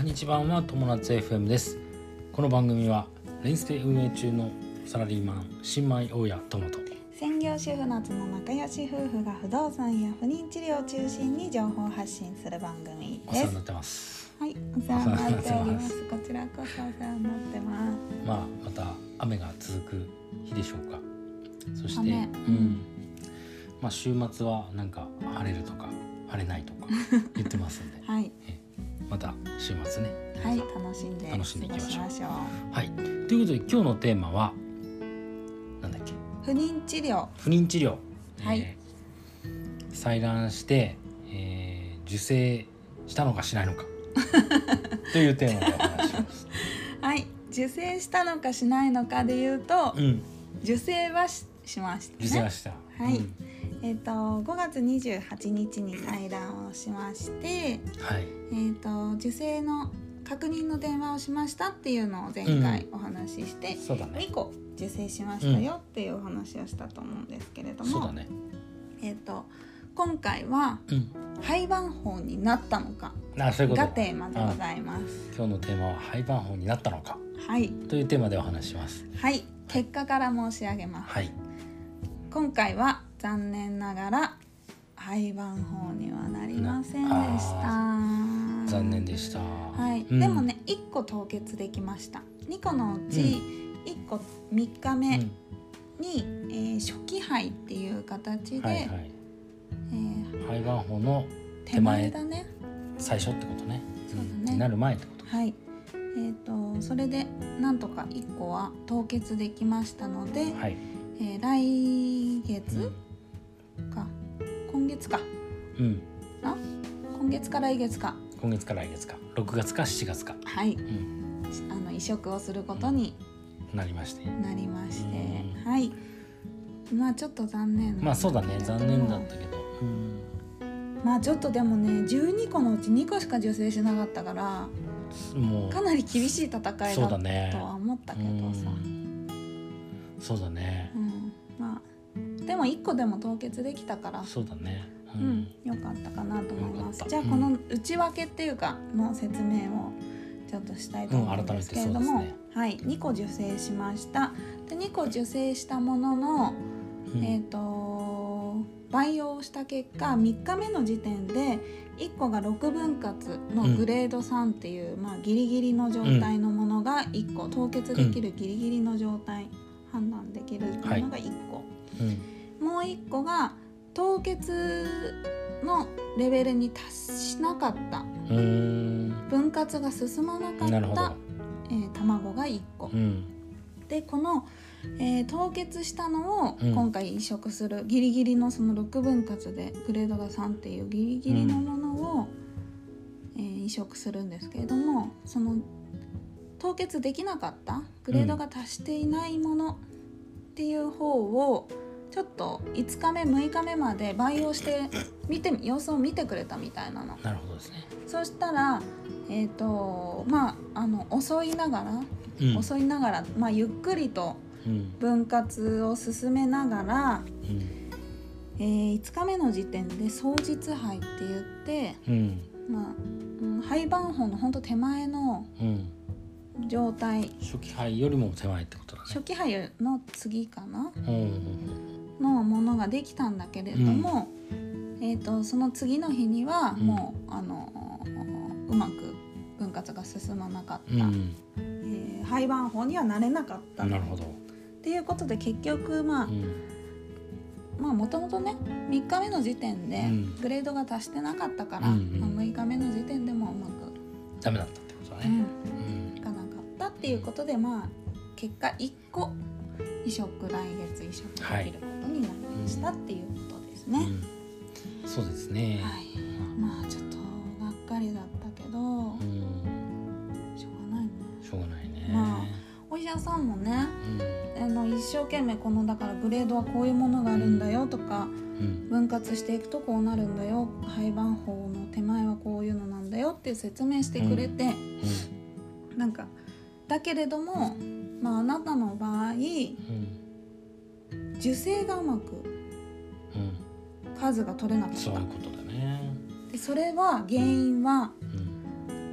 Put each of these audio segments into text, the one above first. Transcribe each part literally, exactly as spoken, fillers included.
日版は友達 エフエム です。この番組はレンスペ運営中のサラリーマン新米大家友と専業主婦夏の仲良し夫婦が不動産や不妊治療を中心に情報発信する番組です。 お世話になってます。 はい、お世話になっております。こちらこそお世話になってます。 まあまた雨が続く日でしょうか。そして、 雨、 うんまあ、週末はなんか晴れるとか晴れないとか言ってますんで、 はい、 えまた週末ね、 はい、楽しんで楽しんでいきましょう。 過ごしましょう。 はい、ということで今日のテーマはなんだっけ？ 不妊治療。 不妊治療。 はい。 えー、採卵して、えー、受精したのかしないのかというテーマでお話します。 はい、受精したのかしないのかで言うと、 うん、 受精は し, しましたね。 受精はした。 はい。 うん、 えっ、ー、とごがつにじゅうはちにちに採卵をしまして、 はい。 えー、と受精の確認の電話をしましたっていうのを前回お話しして、 うん、そうだね、 にこ受精しましたよっていうお話をしたと思うんですけれども、 そうだね、 えー、と今回は、うん、胚盤胞になったのかがテーマでございます。 今日のテーマは胚盤胞になったのか、 はい、 というテーマでお話します。 はい、結果から申し上げます。はい、今回は残念ながら胚盤胞にはなりませんでした。 残念でした。 はい、うん、でもねいっこ凍結できました。にこのうちいっこみっかめに、うんえー、初期胚っていう形で、はいはいえー、胚盤胞の手前、手前だね、最初ってことね。そうだね、なる前ってこと。 はい、えーと、それでなんとかいっこは凍結できましたので、はいえー、来月、うん、か今月か、うん、あ今月か来月か今月か来月かろくがつかしちがつか、 はい、うん、あの移植をすることに、 うん、なりましてなりまして、うん、はいまあちょっと残念まあそうだね残念だったけど、うん、 まあちょっとでもねじゅうにこのうちにこしか受精しなかったからもうかなり厳しい戦いだとは思ったけどさ、 そうだね、うん、 まあでもいっこでも凍結できたからそうだね、 うん、よかったかなと思います。じゃあこの内訳っていうかの説明をちょっとしたいと思うんですけれども、うんねはい、にこ受精しました。でにこ受精したものの、うん、えーと培養をした結果みっかめの時点でいっこがろくぶん割のグレードさんっていう、うんまあ、ギリギリの状態のものがいっこ、凍結できるギリギリの状態、うん、判断できるものがいっこ、はいうん、もういっこが凍結のレベルに達しなかった分割が進まなかった、えー、卵がいっこ、うん、でこの、えー、凍結したのを今回移植する、うん、ギリギリのそのろくぶん割でグレードがさんっていうギリギリのものを、うんえー、移植するんですけれどもその凍結できなかったグレードが達していないものっていう方をちょっといつかめむいかめまで培養して見て様子を見てくれたみたいなの。 なるほどですね。 そしたら、えーとまあ、あの遅いながら、うん、遅いながら、まあ、ゆっくりと分割を進めながら、うんえー、いつかめの時点で双日胚って言って、うんまあうん、胚盤胞のほんと手前の状態、うん、 初期胚よりも手前ってことだね。 初期胚の次かな、うんのものができたんだけれども、うんえー、とその次の日にはもう、うん、あのうまく分割が進まなかった、うんえー、胚盤胞にはなれなかったなるほどっていうことで結局まあ、うん、まあもともとねみっかめの時点でグレードが達してなかったから、うんうんまあ、むいかめの時点でもうまくダメだったってことだね、 うん、いかなかったっていうことでまあ結果いっこ移植来月移植できることになりました、はい、っていうことですね、うんうん、そうですね、 はい、まあちょっとがっかりだったけど、うん、しょうがないねしょうがないね、 まあ、お医者さんもね、うん、あの一生懸命このだからグレードはこういうものがあるんだよとか、うん、分割していくとこうなるんだよ胚盤胞の手前はこういうのなんだよって説明してくれて、うんうん、なんかだけれどもまあ、あなたの場合、うん、受精がうまく数が取れなかった、 うん、そういうことだね。 でそれは原因は、うん、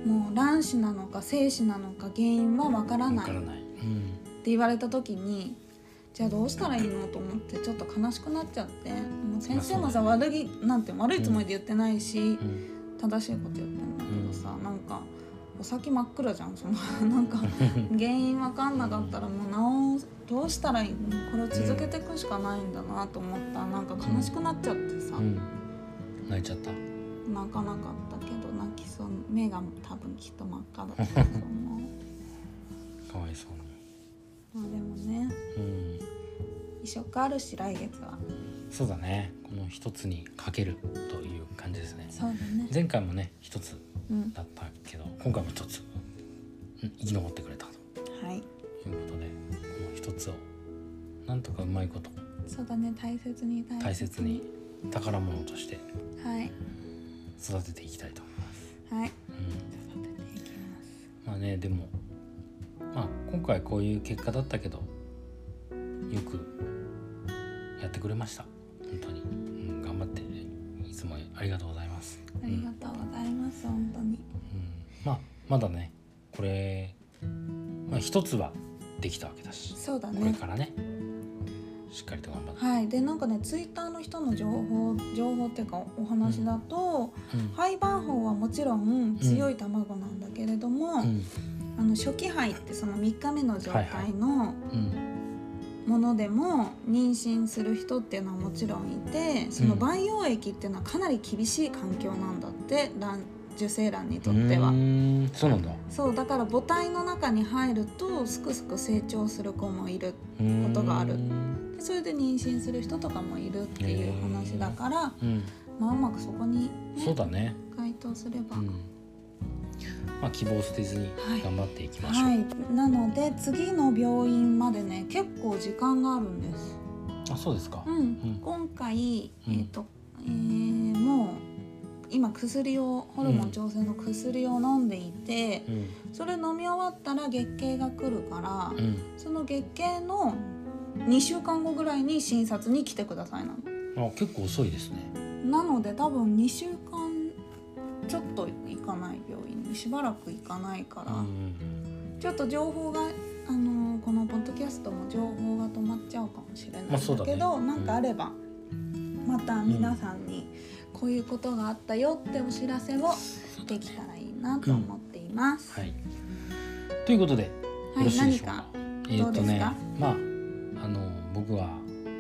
もう卵子なのか精子なのか原因はわからないって言われた時に、じゃあどうしたらいいのと思ってちょっと悲しくなっちゃって、もう先生もさ、 まあ悪いなんて悪いつもりで言ってないし、 うん正しいこと言ってんだけどさ、うん、なんかお先真っ暗じゃん、そのなんか原因わかんなかったらもう治どうしたらいいの、これを続けていくしかないんだなと思ったら、なんか悲しくなっちゃってさ、 うん、泣いちゃった。 泣かなかったけど泣きそう、目が多分きっと真っ赤だったと思うかわいそうまあでもね、 に、うん、 移植あるし来月は。 そうだね、この一つにかけるという感じですね。 そうだね、 前回もね一つうんだったけど、今回も一つ、うん、生き残ってくれたとはいいうことで、この一つをなんとかうまいことそうだね、大切に大切に大切に宝物としてはい育てていきたいと思います。 はいうん、 育てていきますまあね、でも、まあ、今回こういう結果だったけどよくやってくれました、本当に、うん、頑張っていつもありがとうございます。 ありがとうございます、うん、本当に、 うん、まあまだねこれ、まあ、一つはできたわけだし、 そうだね、 これからねしっかりと頑張って、 はいでなんかねツイッターの人の情報情報っていうかお話だと、 うん、 胚盤胞はもちろん強い卵なんだけれども、 うん、 あの初期胚ってそのみっかめの状態のうんものでも妊娠する人っていうのはもちろんいて、その培養液っていうのはかなり厳しい環境なんだって、卵受精卵にとっては。 うーん、そうなんだ。 そうだから母体の中に入るとすくすく成長する子もいることがある。でそれで妊娠する人とかもいるっていう話だから、 うん、 まあうまくそこに、ね、 そうだね、 該当すれば、 うん、まあ、希望を捨てずに頑張っていきましょう。 はいはい、なので次の病院までね結構時間があるんです。 あ、そうですか。 うんうん、 今回、 うん、 えーとえー、もう今薬をホルモン調整の薬を飲んでいて、 うん、 それ飲み終わったら月経が来るから、 うん、 その月経のにしゅうかんごぐらいに診察に来てくださいなの。 あ、結構遅いですね。 なので多分にしゅうかんちょっと行かない病院にしばらく行かないから、 うん、 ちょっと情報があのこのポッドキャストも情報が止まっちゃうかもしれないんだけど、 まあそうだね、 なんかあれば、また皆さんにこういうことがあったよってお知らせをできたらいいなと思っています。 うん、はい。ということで、 はい、 よろしいでしょうか。 何かどうですか？ えー、っとね、まああの僕は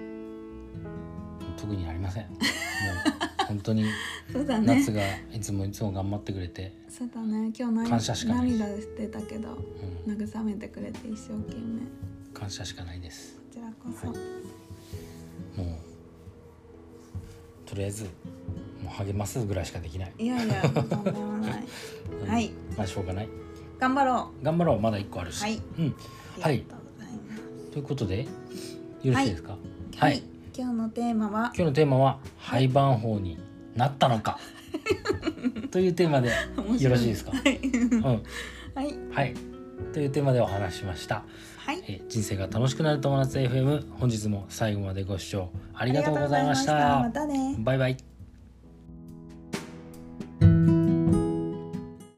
特にありません。もう本当にそうだね、 夏がいつもいつも頑張ってくれて、 そうだね、今日感謝しかない涙してたけど、 うん、 慰めてくれて一生懸命感謝しかないです。 こちらこそ、 はい、もうとりあえずもう励ますぐらいしかできない。 いやいやとんでもない、うん、はい、 まあしょうがない、 頑張ろう頑張ろう、まだいっこあるし、 はい、 うん、 ありがとうございます、 はい、ということでよろしいですか？はい、 はい、今日のテーマは今日のテーマは胚盤胞になったのかというテーマでよろしいですか？はい、うん、 はい、 はい、というテーマでお話ししました。 はい、 え人生が楽しくなる友達 エフエム、本日も最後までご視聴ありがとうございました。 またね。 バイバイ。